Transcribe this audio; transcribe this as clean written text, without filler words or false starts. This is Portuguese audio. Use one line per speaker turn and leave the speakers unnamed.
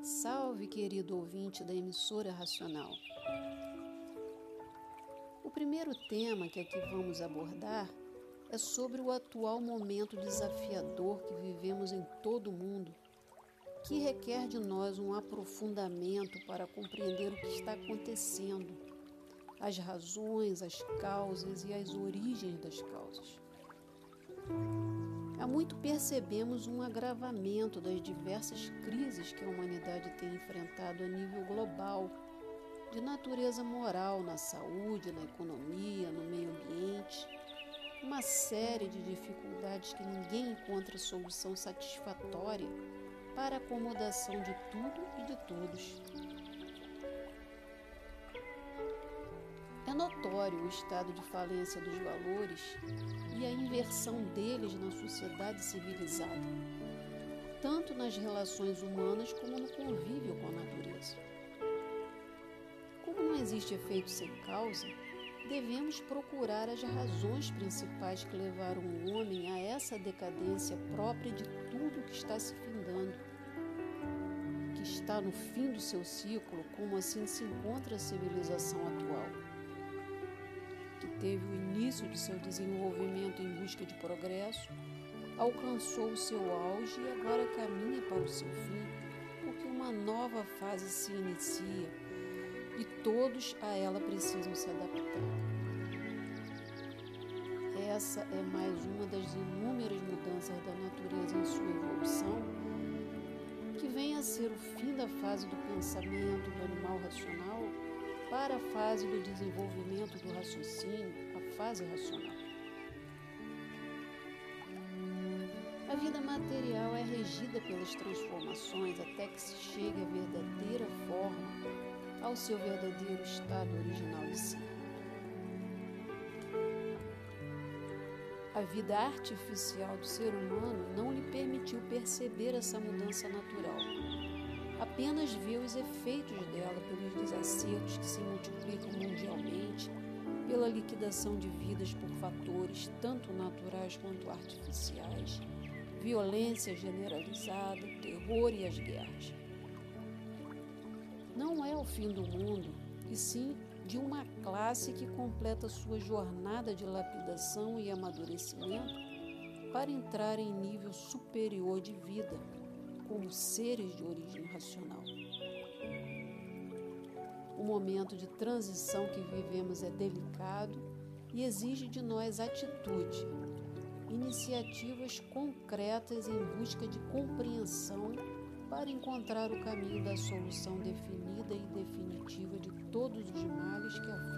Salve, querido ouvinte da emissora Racional. O primeiro tema que aqui vamos abordar é sobre o atual momento desafiador que vivemos em todo o mundo, que requer de nós um aprofundamento para compreender o que está acontecendo, as razões, as causas e as origens das causas. Há muito percebemos um agravamento das diversas crises que a humanidade tem enfrentado a nível global, de natureza moral, na saúde, na economia, no meio ambiente, uma série de dificuldades que ninguém encontra solução satisfatória para a acomodação de tudo e de todos. É notório o estado de falência dos valores e a inversão deles na sociedade civilizada, tanto nas relações humanas como no convívio com a natureza. Como não existe efeito sem causa, devemos procurar as razões principais que levaram o homem a essa decadência própria de tudo que está se findando, que está no fim do seu ciclo, como assim se encontra a civilização atual, que teve o início de seu desenvolvimento em busca de progresso, alcançou o seu auge e agora caminha para o seu fim, porque uma nova fase se inicia e todos a ela precisam se adaptar. Essa é mais uma das inúmeras mudanças da natureza em sua evolução, que vem a ser o fim da fase do pensamento do animal racional para a fase do desenvolvimento do raciocínio, a fase racional. A vida material é regida pelas transformações até que se chegue à verdadeira forma, ao seu verdadeiro estado original de si. A vida artificial do ser humano não lhe permitiu perceber essa mudança natural. Apenas vê os efeitos dela pelos desacertos que se multiplicam mundialmente, pela liquidação de vidas por fatores tanto naturais quanto artificiais, violência generalizada, terror e as guerras. Não é o fim do mundo, e sim de uma classe que completa sua jornada de lapidação e amadurecimento para entrar em nível superior de vida, como seres de origem racional. O momento de transição que vivemos é delicado e exige de nós atitude, iniciativas concretas em busca de compreensão para encontrar o caminho da solução definida e definitiva de todos os males que